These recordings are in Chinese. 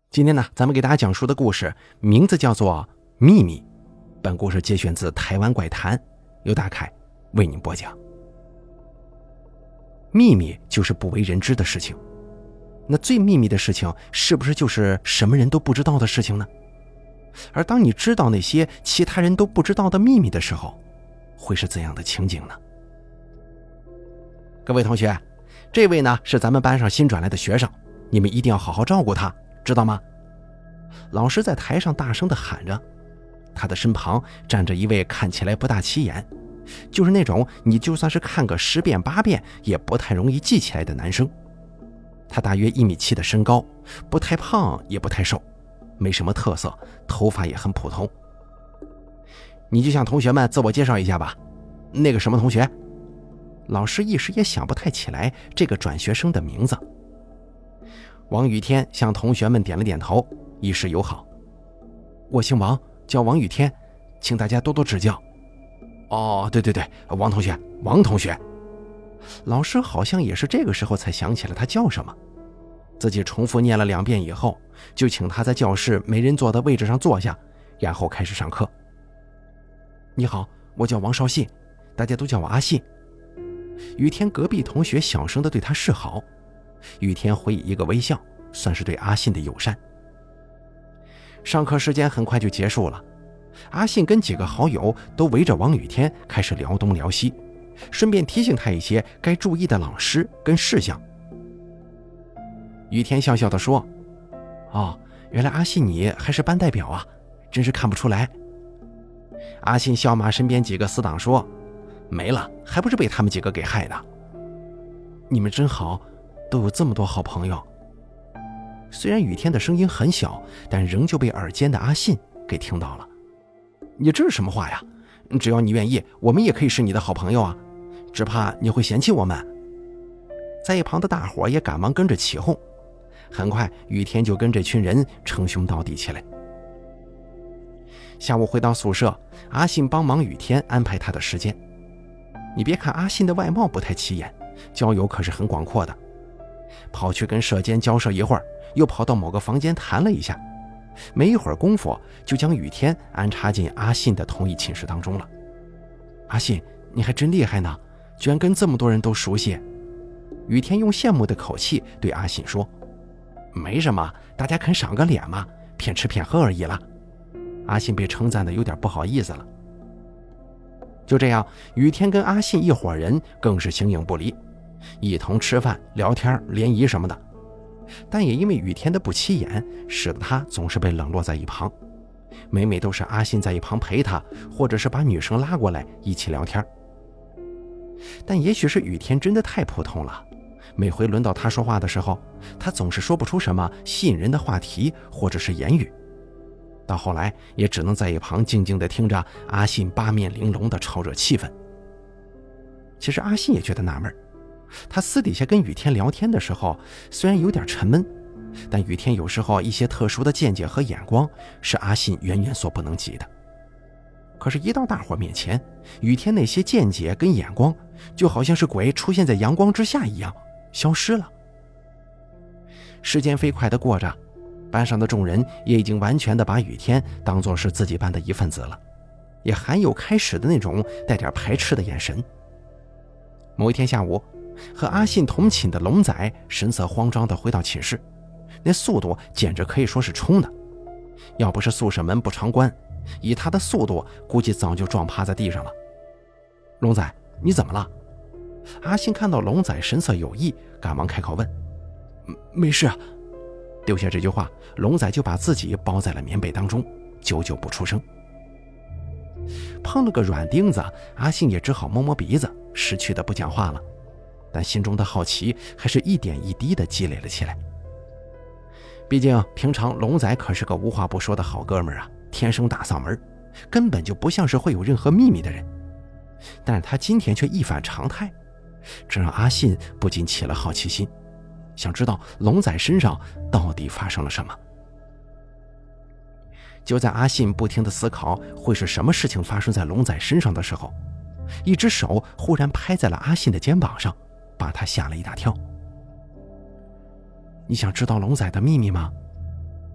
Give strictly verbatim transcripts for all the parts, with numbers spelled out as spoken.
今天呢，咱们给大家讲述的故事名字叫做《秘密》。本故事节选自台湾怪谈，由大凯为您播讲。秘密就是不为人知的事情，那最秘密的事情是不是就是什么人都不知道的事情呢？而当你知道那些其他人都不知道的秘密的时候，会是怎样的情景呢？各位同学，这位呢是咱们班上新转来的学生，你们一定要好好照顾他，知道吗？老师在台上大声地喊着，他的身旁站着一位看起来不大起眼，就是那种你就算是看个十遍八遍也不太容易记起来的男生。他大约一米七的身高，不太胖也不太瘦，没什么特色，头发也很普通。你就向同学们自我介绍一下吧，那个什么同学？老师一时也想不太起来这个转学生的名字。王雨天向同学们点了点头，以示友好。我姓王，叫王雨天，请大家多多指教。哦，对对对，王同学，王同学。老师好像也是这个时候才想起了他叫什么，自己重复念了两遍以后，就请他在教室没人坐的位置上坐下，然后开始上课。你好，我叫王少信，大家都叫我阿信。雨天隔壁同学小声地对他示好，雨天回以一个微笑，算是对阿信的友善。上课时间很快就结束了，阿信跟几个好友都围着王雨天开始聊东聊西，顺便提醒他一些该注意的老师跟事项。雨天笑笑地说，哦，原来阿信你还是班代表啊，真是看不出来。阿信笑骂身边几个死党说，没了，还不是被他们几个给害的。你们真好，都有这么多好朋友。虽然雨天的声音很小，但仍旧被耳尖的阿信给听到了。你这是什么话呀？只要你愿意，我们也可以是你的好朋友啊，只怕你会嫌弃我们。在一旁的大伙也赶忙跟着起哄，很快雨天就跟这群人称兄道弟起来。下午回到宿舍，阿信帮忙雨天安排他的时间。你别看阿信的外貌不太起眼，交友可是很广阔的。跑去跟舍监交涉一会儿，又跑到某个房间谈了一下，没一会儿功夫就将雨天安插进阿信的同一寝室当中了。阿信，你还真厉害呢，居然跟这么多人都熟悉。雨天用羡慕的口气对阿信说，没什么，大家肯赏个脸嘛，骗吃骗喝而已了。阿信被称赞的有点不好意思了。就这样，雨天跟阿信一伙人更是形影不离，一同吃饭聊天联谊什么的。但也因为雨天的不起眼，使得他总是被冷落在一旁，每每都是阿信在一旁陪他，或者是把女生拉过来一起聊天。但也许是雨天真的太普通了，每回轮到他说话的时候，他总是说不出什么吸引人的话题或者是言语，到后来也只能在一旁静静地听着阿信八面玲珑的炒热气氛。其实阿信也觉得纳闷，他私底下跟雨天聊天的时候虽然有点沉闷，但雨天有时候一些特殊的见解和眼光是阿信远远所不能及的。可是一到大伙面前，雨天那些见解跟眼光就好像是鬼出现在阳光之下一样消失了。时间飞快地过着，班上的众人也已经完全地把雨天当作是自己班的一份子了，也含有开始的那种带点排斥的眼神。某一天下午，和阿信同寝的龙仔神色慌张地回到寝室，那速度简直可以说是冲的，要不是宿舍门不常关，以他的速度估计早就撞趴在地上了。龙仔，你怎么了？阿信看到龙仔神色有异，赶忙开口问。没事啊。丢下这句话，龙仔就把自己包在了棉被当中，久久不出声。碰了个软钉子，阿信也只好摸摸鼻子，识趣的不讲话了，但心中的好奇还是一点一滴的积累了起来。毕竟平常龙仔可是个无话不说的好哥们儿啊，天生大嗓门，根本就不像是会有任何秘密的人。但是他今天却一反常态，这让阿信不禁起了好奇心，想知道龙仔身上到底发生了什么。就在阿信不停地思考会是什么事情发生在龙仔身上的时候，一只手忽然拍在了阿信的肩膀上，把他吓了一大跳。你想知道龙仔的秘密吗？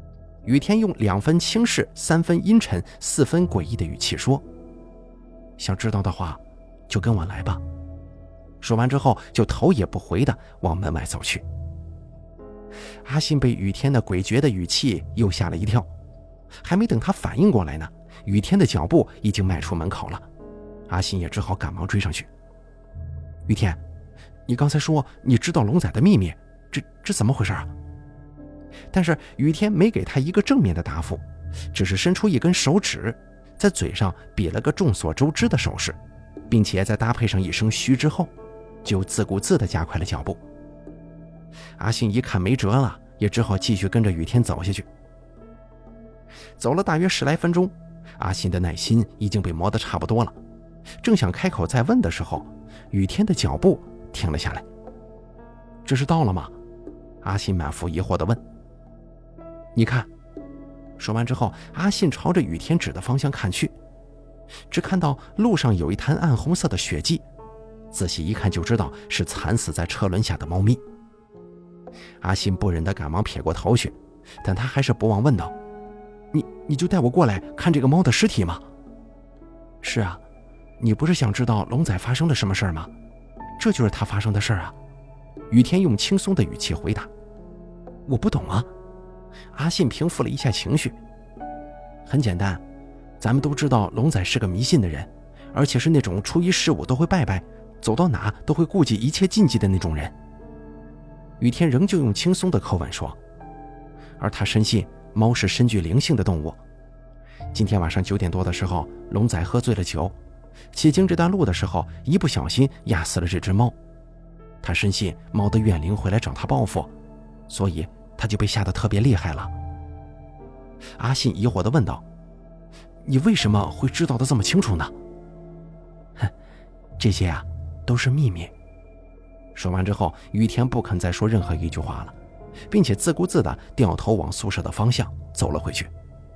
雨天用两分轻视、三分阴沉、四分诡异的语气说：“想知道的话，就跟我来吧。”说完之后，就头也不回地往门外走去。阿信被雨天的诡谲的语气又吓了一跳，还没等他反应过来呢，雨天的脚步已经迈出门口了。阿信也只好赶忙追上去。雨天，你刚才说你知道龙仔的秘密，这这怎么回事啊？但是雨天没给他一个正面的答复，只是伸出一根手指，在嘴上比了个众所周知的手势，并且再搭配上一声嘘之后，就自顾自地加快了脚步。阿信一看没辙了，也只好继续跟着雨天走下去。走了大约十来分钟，阿信的耐心已经被磨得差不多了，正想开口再问的时候，雨天的脚步停了下来。这是到了吗？阿信满腹疑惑地问。你看。说完之后，阿信朝着雨天指的方向看去，只看到路上有一滩暗红色的血迹，仔细一看就知道是惨死在车轮下的猫咪。阿信不忍地赶忙撇过头去，但他还是不忘问道：你你就带我过来看这个猫的尸体吗？是啊，你不是想知道龙仔发生了什么事儿吗？这就是他发生的事儿啊。雨天用轻松的语气回答。我不懂啊。阿信平复了一下情绪。很简单，咱们都知道龙仔是个迷信的人，而且是那种初一十五都会拜拜，走到哪都会顾及一切禁忌的那种人。雨天仍旧用轻松的口吻说，而他深信猫是深具灵性的动物。今天晚上九点多的时候，龙仔喝醉了酒，骑经这段路的时候一不小心压死了这只猫。他深信猫的怨灵会来找他报复，所以他就被吓得特别厉害了。阿信疑惑地问道：你为什么会知道得这么清楚呢？哼，这些啊都是秘密。说完之后，雨天不肯再说任何一句话了，并且自顾自地掉头往宿舍的方向走了回去。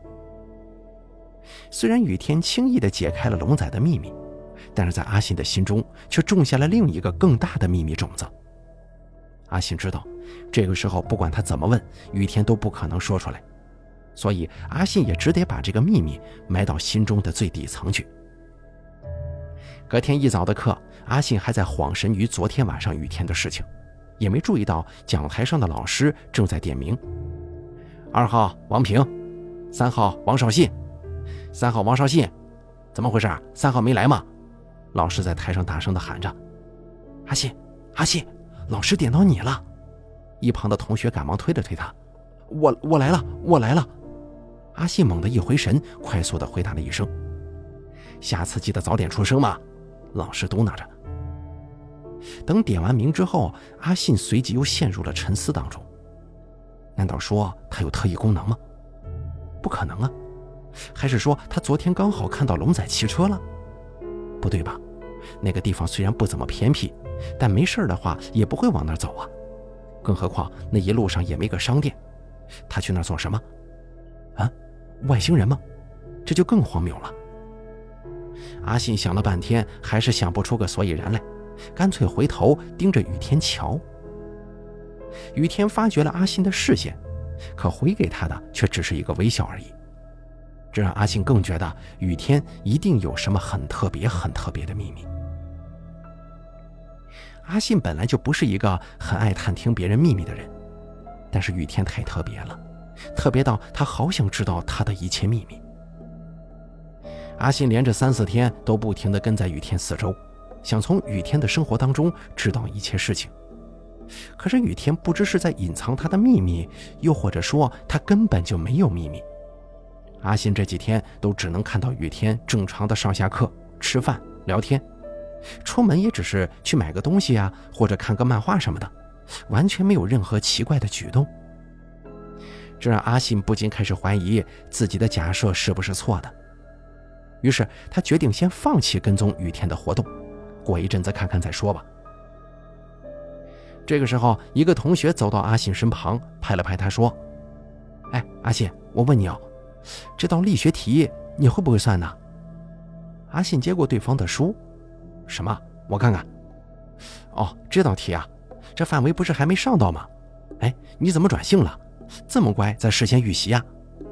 虽然雨天轻易地解开了龙仔的秘密，但是在阿信的心中却种下了另一个更大的秘密种子。阿信知道这个时候不管他怎么问，雨天都不可能说出来，所以阿信也只得把这个秘密埋到心中的最底层去。隔天一早的课，阿信还在恍神于昨天晚上雨天的事情，也没注意到讲台上的老师正在点名：二号王平，三号王少信，三号王少信，怎么回事？三号没来吗？老师在台上大声地喊着。阿信，阿信，老师点到你了。一旁的同学赶忙推了推他：我我来了，我来了。阿信猛地一回神，快速地回答了一声：下次记得早点出声嘛。老师嘟囔着。等点完名之后，阿信随即又陷入了沉思当中。难道说他有特异功能吗？不可能啊。还是说他昨天刚好看到龙仔骑车了？不对吧，那个地方虽然不怎么偏僻，但没事的话也不会往那儿走啊。更何况那一路上也没个商店，他去那儿做什么？啊，外星人吗？这就更荒谬了。阿信想了半天，还是想不出个所以然来，干脆回头盯着雨天瞧。雨天发觉了阿信的视线，可回给他的却只是一个微笑而已。这让阿信更觉得雨天一定有什么很特别很特别的秘密。阿信本来就不是一个很爱探听别人秘密的人，但是雨天太特别了，特别到他好想知道他的一切秘密。阿信连着三四天都不停地跟在雨天四周，想从雨天的生活当中知道一切事情。可是雨天不知是在隐藏他的秘密，又或者说他根本就没有秘密。阿信这几天都只能看到雨天正常的上下课、吃饭、聊天，出门也只是去买个东西啊，或者看个漫画什么的，完全没有任何奇怪的举动。这让阿信不禁开始怀疑自己的假设是不是错的。于是他决定先放弃跟踪雨天的活动，过一阵子看看再说吧。这个时候，一个同学走到阿信身旁，拍了拍他说：哎，阿信，我问你哦，这道力学题你会不会算呢？阿信接过对方的书：什么？我看看。哦，这道题啊，这范围不是还没上到吗？哎，你怎么转性了？这么乖，在事先预习啊？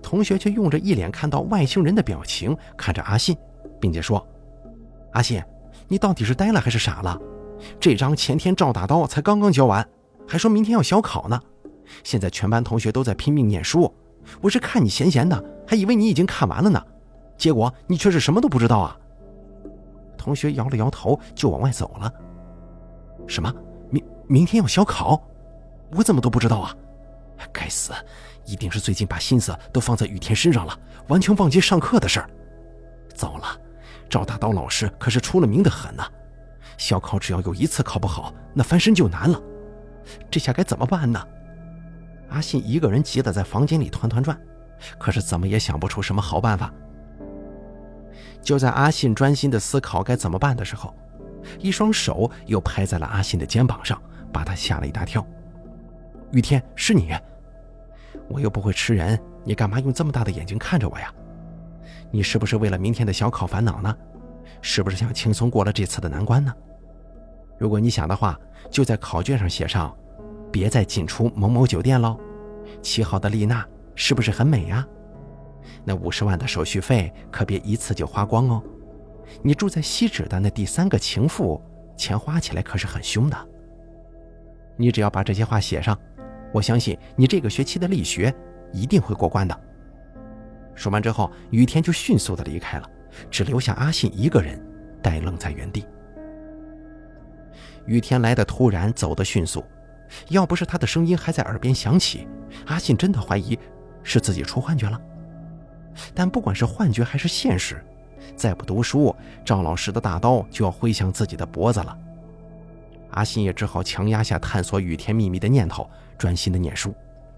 同学却用着一脸看到外星人的表情看着阿信，并且说：阿信，你到底是呆了还是傻了？这张前天赵大刀才刚刚教完，还说明天要小考呢。现在全班同学都在拼命念书，我是看你闲闲的，还以为你已经看完了呢，结果你却是什么都不知道啊。同学摇了摇头就往外走了。什么？明明天要小考？我怎么都不知道啊？该死，一定是最近把心思都放在雨天身上了，完全忘记上课的事儿。糟了，赵大刀老师可是出了名的狠呐、啊，小考只要有一次考不好，那翻身就难了。这下该怎么办呢？阿信一个人急得在房间里团团转，可是怎么也想不出什么好办法。就在阿信专心的思考该怎么办的时候，一双手又拍在了阿信的肩膀上，把他吓了一大跳。雨天，是你？我又不会吃人，你干嘛用这么大的眼睛看着我呀？你是不是为了明天的小考烦恼呢？是不是想轻松过了这次的难关呢？如果你想的话，就在考卷上写上别再进出某某酒店喽，七号的丽娜是不是很美呀？那五十万的手续费可别一次就花光哦，你住在西指的那第三个情妇，钱花起来可是很凶的。你只要把这些话写上，我相信你这个学期的力学一定会过关的。说完之后，雨天就迅速地离开了，只留下阿信一个人呆愣在原地。雨天来得突然，走得迅速，要不是他的声音还在耳边响起，阿信真的怀疑是自己出幻觉了。但不管是幻觉还是现实，再不读书，赵老师的大刀就要挥向自己的脖子了。阿信也只好强压下探索雨天秘密的念头，专心的念书。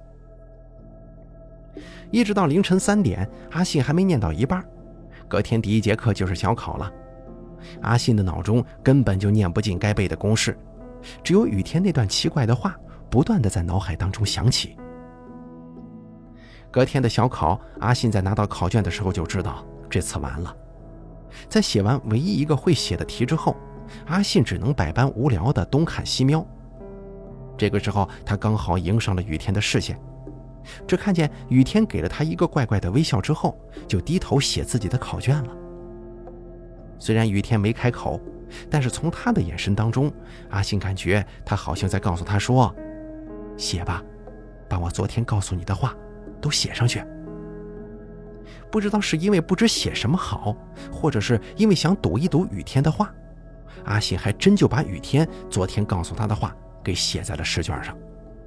一直到凌晨三点，阿信还没念到一半，隔天第一节课就是小考了。阿信的脑中根本就念不进该背的公式，只有雨天那段奇怪的话不断的在脑海当中响起。隔天的小考，阿信在拿到考卷的时候就知道这次完了。在写完唯一一个会写的题之后，阿信只能百般无聊的东看西瞄。这个时候他刚好迎上了雨天的视线，只看见雨天给了他一个怪怪的微笑之后，就低头写自己的考卷了。虽然雨天没开口，但是从他的眼神当中，阿信感觉他好像在告诉他说，写吧，把我昨天告诉你的话都写上去。不知道是因为不知写什么好，或者是因为想赌一赌雨天的话，阿信还真就把雨天昨天告诉他的话给写在了试卷上。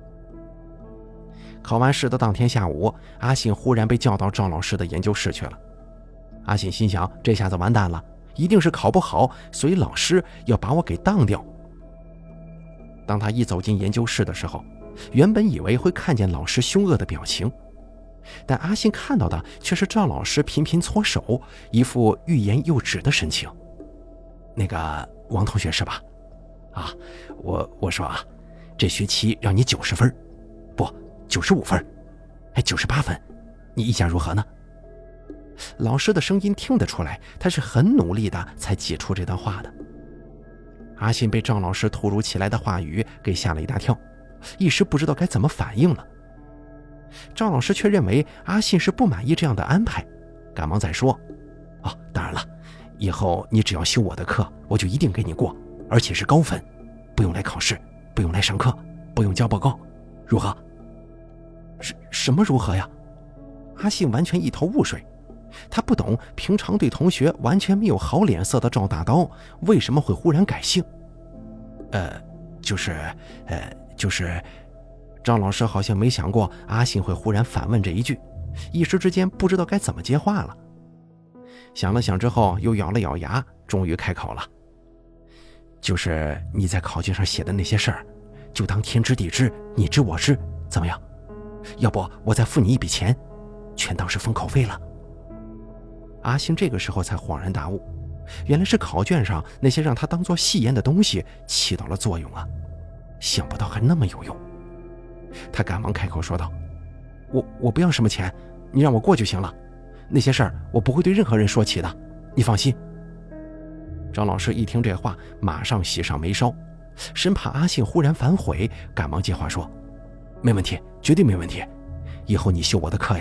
考完试的当天下午，阿信忽然被叫到赵老师的研究室去了。阿信心想，这下子完蛋了，一定是考不好，所以老师要把我给当掉。当他一走进研究室的时候，原本以为会看见老师凶恶的表情，但阿信看到的却是赵老师频频搓手，一副欲言又止的神情。那个王同学是吧？啊，我我说啊，这学期让你九十分，不，九十五分，哎，九十八分，你意见如何呢？老师的声音听得出来，他是很努力的才挤出这段话的。阿信被赵老师突如其来的话语给吓了一大跳，一时不知道该怎么反应了。赵老师却认为阿信是不满意这样的安排，赶忙再说，哦，当然了，以后你只要修我的课，我就一定给你过，而且是高分，不用来考试，不用来上课，不用交报告，如何？什什么如何呀？阿信完全一头雾水，他不懂平常对同学完全没有好脸色的赵大刀为什么会忽然改姓。呃，就是呃，就是赵老师好像没想过阿信会忽然反问这一句，一时之间不知道该怎么接话了。想了想之后，又咬了咬牙，终于开口了，就是你在考卷上写的那些事儿，就当天知地知，你知我知，怎么样？要不我再付你一笔钱，全当是封口费了。阿信这个时候才恍然大悟，原来是考卷上那些让他当作戏言的东西起到了作用啊，想不到还那么有用。他赶忙开口说道，我我不要什么钱，你让我过就行了，那些事儿我不会对任何人说起的，你放心。张老师一听这话，马上喜上眉梢，生怕阿信忽然反悔，赶忙接话说，没问题，绝对没问题，以后你修我的课呀，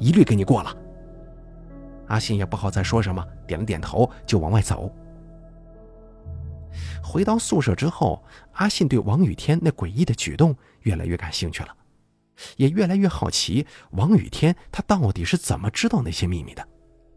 一律给你过了。阿信也不好再说什么，点了点头就往外走。回到宿舍之后，阿信对王雨天那诡异的举动越来越感兴趣了，也越来越好奇王雨天他到底是怎么知道那些秘密的。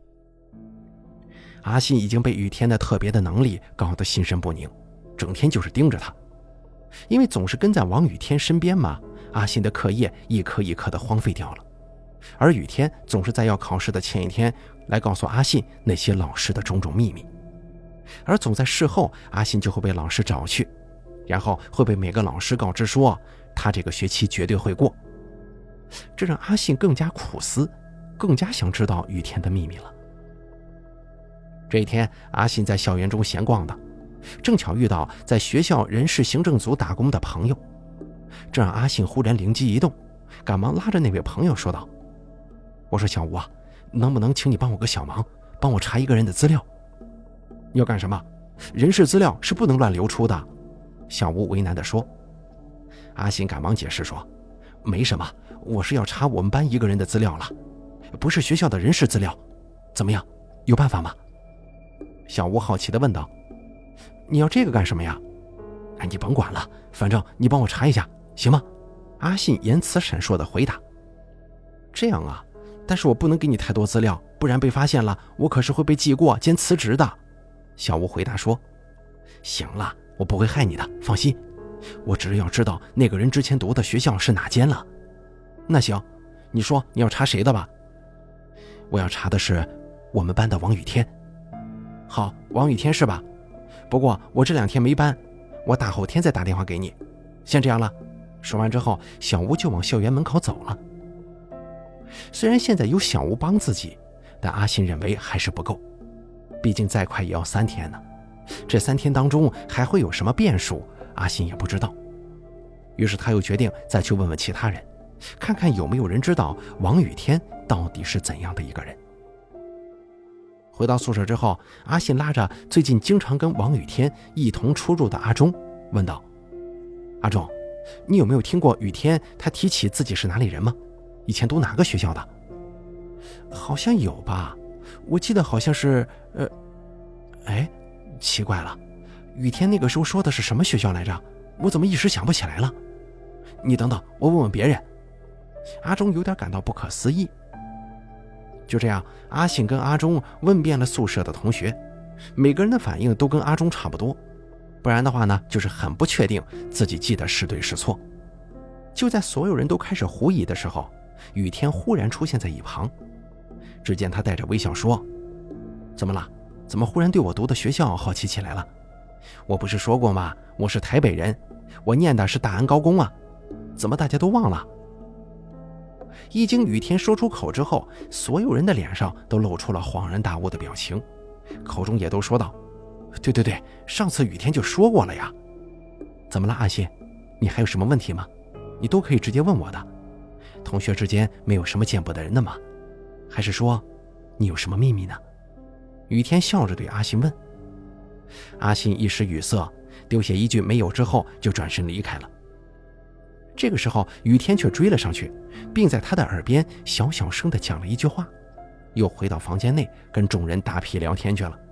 阿信已经被雨天的特别的能力搞得心神不宁，整天就是盯着他。因为总是跟在王雨天身边嘛，阿信的课业一颗一颗的荒废掉了。而雨天总是在要考试的前一天来告诉阿信那些老师的种种秘密，而总在事后阿信就会被老师找去，然后会被每个老师告知说他这个学期绝对会过。这让阿信更加苦思，更加想知道雨天的秘密了。这一天，阿信在校园中闲逛的，正巧遇到在学校人事行政组打工的朋友，这让阿信忽然灵机一动，赶忙拉着那位朋友说道：我说小吴啊，能不能请你帮我个小忙，帮我查一个人的资料？你要干什么？人事资料是不能乱流出的。小吴为难地说。阿信赶忙解释说，没什么，我是要查我们班一个人的资料了，不是学校的人事资料。怎么样，有办法吗？小吴好奇地问道。你要这个干什么呀？哎，你甭管了，反正你帮我查一下行吗？阿信言辞闪烁地回答。这样啊，但是我不能给你太多资料，不然被发现了我可是会被记过兼辞职的。小吴回答说。行了，我不会害你的，放心，我只是要知道那个人之前读的学校是哪间了。那行，你说你要查谁的吧？我要查的是我们班的王雨天。好，王雨天是吧？不过我这两天没班，我大后天再打电话给你。先这样了。说完之后，小吴就往校园门口走了。虽然现在有小吴帮自己，但阿信认为还是不够，毕竟再快也要三天呢。这三天当中还会有什么变数，阿信也不知道。于是他又决定再去问问其他人，看看有没有人知道王雨天到底是怎样的一个人。回到宿舍之后，阿信拉着最近经常跟王雨天一同出入的阿忠问道：阿忠，你有没有听过雨天他提起自己是哪里人吗？以前读哪个学校的？好像有吧，我记得好像是呃，哎，奇怪了，雨天那个时候说的是什么学校来着？我怎么一时想不起来了？你等等，我问问别人。阿忠有点感到不可思议。就这样，阿信跟阿忠问遍了宿舍的同学，每个人的反应都跟阿忠差不多，不然的话呢，就是很不确定自己记得是对是错。就在所有人都开始狐疑的时候，雨天忽然出现在一旁。只见他带着微笑说：怎么了？怎么忽然对我读的学校好奇起来了？我不是说过吗？我是台北人，我念的是大安高工啊，怎么大家都忘了？一经雨天说出口之后，所有人的脸上都露出了恍然大悟的表情，口中也都说道：对对对，上次雨天就说过了呀。怎么了阿信？你还有什么问题吗？你都可以直接问我的，同学之间没有什么见不得人的吗？还是说你有什么秘密呢？雨天笑着对阿信问。阿信一时语塞，丢下一句没有之后就转身离开了。这个时候雨天却追了上去，并在他的耳边小小声地讲了一句话，又回到房间内跟众人打屁聊天去了。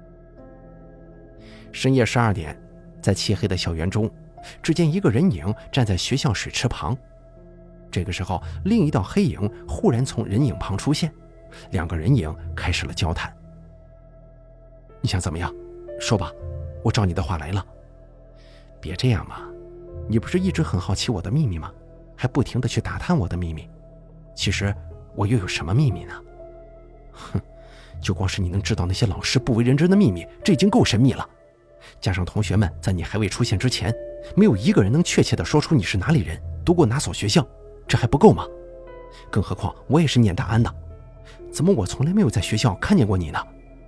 深夜十二点，在漆黑的校园中，只见一个人影站在学校水池旁。这个时候另一道黑影忽然从人影旁出现，两个人影开始了交谈。你想怎么样？说吧，我照你的话来了。别这样嘛，你不是一直很好奇我的秘密吗？还不停地去打探我的秘密。其实我又有什么秘密呢？哼，就光是你能知道那些老师不为人知的秘密，这已经够神秘了。加上同学们在你还未出现之前，没有一个人能确切地说出你是哪里人，读过哪所学校，这还不够吗？更何况我也是念大安的，怎么我从来没有在学校看见过你呢？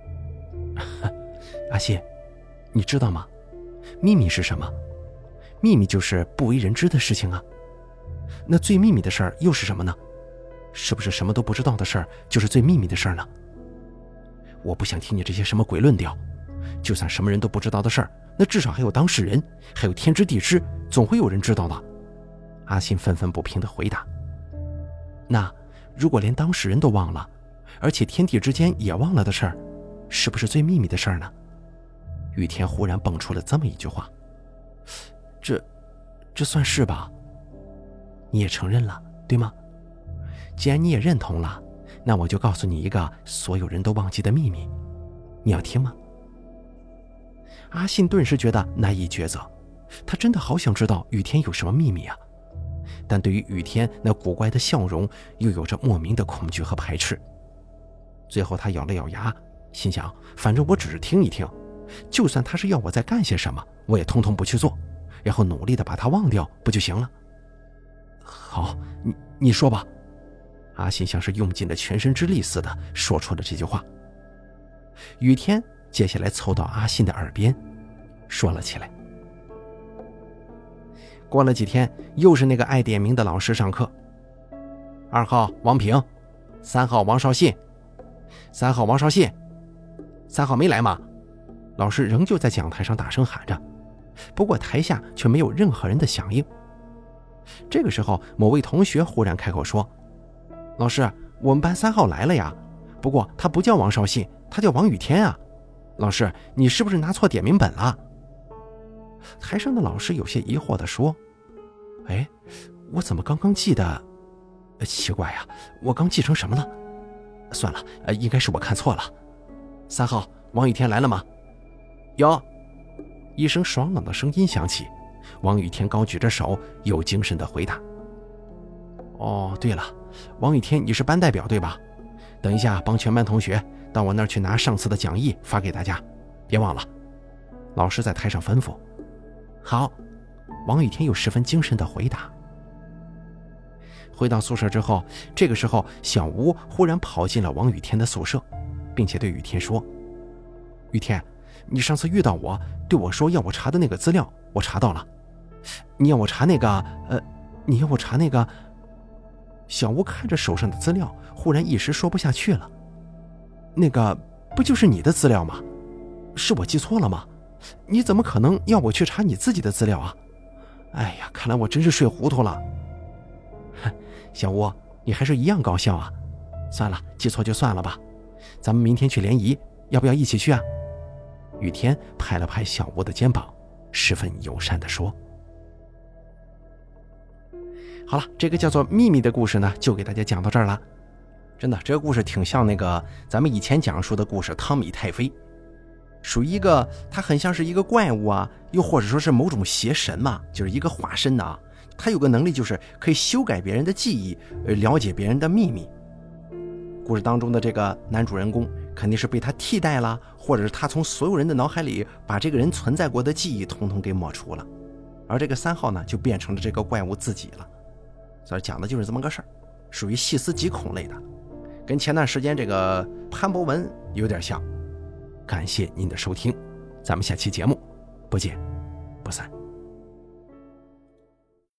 阿信，你知道吗？秘密是什么？秘密就是不为人知的事情啊。那最秘密的事儿又是什么呢？是不是什么都不知道的事儿就是最秘密的事儿呢？我不想听你这些什么鬼论调，就算什么人都不知道的事儿，那至少还有当事人，还有天知地知，总会有人知道的。阿信愤愤不平地回答。那如果连当事人都忘了，而且天地之间也忘了的事儿，是不是最秘密的事儿呢？雨天忽然蹦出了这么一句话。这这算是吧？你也承认了，对吗？既然你也认同了，那我就告诉你一个所有人都忘记的秘密，你要听吗？阿信顿时觉得难以抉择，他真的好想知道雨天有什么秘密啊，但对于雨天那古怪的笑容又有着莫名的恐惧和排斥。最后他咬了咬牙，心想反正我只是听一听，就算他是要我再干些什么，我也通通不去做，然后努力的把他忘掉不就行了？好，你你说吧。阿信像是用尽了全身之力似的说出了这句话。雨天接下来凑到阿信的耳边说了起来。过了几天，又是那个爱点名的老师上课。二号王平，三号王绍信，三号王绍信，三号没来吗？老师仍旧在讲台上大声喊着，不过台下却没有任何人的响应。这个时候，某位同学忽然开口说：老师，我们班三号来了呀，不过他不叫王绍信，他叫王雨天啊。老师，你是不是拿错点名本了？台上的老师有些疑惑地说：哎，我怎么刚刚记得……奇怪呀，我刚记成什么了？算了，呃，应该是我看错了。三号王雨天来了吗？有。一声爽朗的声音响起，王雨天高举着手，有精神地回答：哦，对了，王雨天，你是班代表对吧？等一下帮全班同学到我那儿去拿上次的讲义发给大家，别忘了。老师在台上吩咐。好，王雨天又十分精神地回答。回到宿舍之后，这个时候小吴忽然跑进了王雨天的宿舍，并且对雨天说：雨天，你上次遇到我对我说要我查的那个资料我查到了，你要我查那个呃，你要我查那个……小吴看着手上的资料，忽然一时说不下去了。那个不就是你的资料吗？是我记错了吗？你怎么可能要我去查你自己的资料啊？哎呀，看来我真是睡糊涂了。小吴，你还是一样搞笑啊。算了，记错就算了吧，咱们明天去联谊，要不要一起去啊？雨天拍了拍小吴的肩膀，十分友善地说。好了，这个叫做秘密的故事呢，就给大家讲到这儿了。真的，这个故事挺像那个咱们以前讲述的故事《汤米太妃》，属于一个它很像是一个怪物啊，又或者说是某种邪神嘛，就是一个化身啊。它有个能力，就是可以修改别人的记忆，了解别人的秘密。故事当中的这个男主人公肯定是被他替代了，或者是他从所有人的脑海里把这个人存在过的记忆统统给抹除了，而这个三号呢，就变成了这个怪物自己了。所以讲的就是这么个事儿，属于细思极恐类的，跟前段时间这个潘博文有点像。感谢您的收听，咱们下期节目不见不散。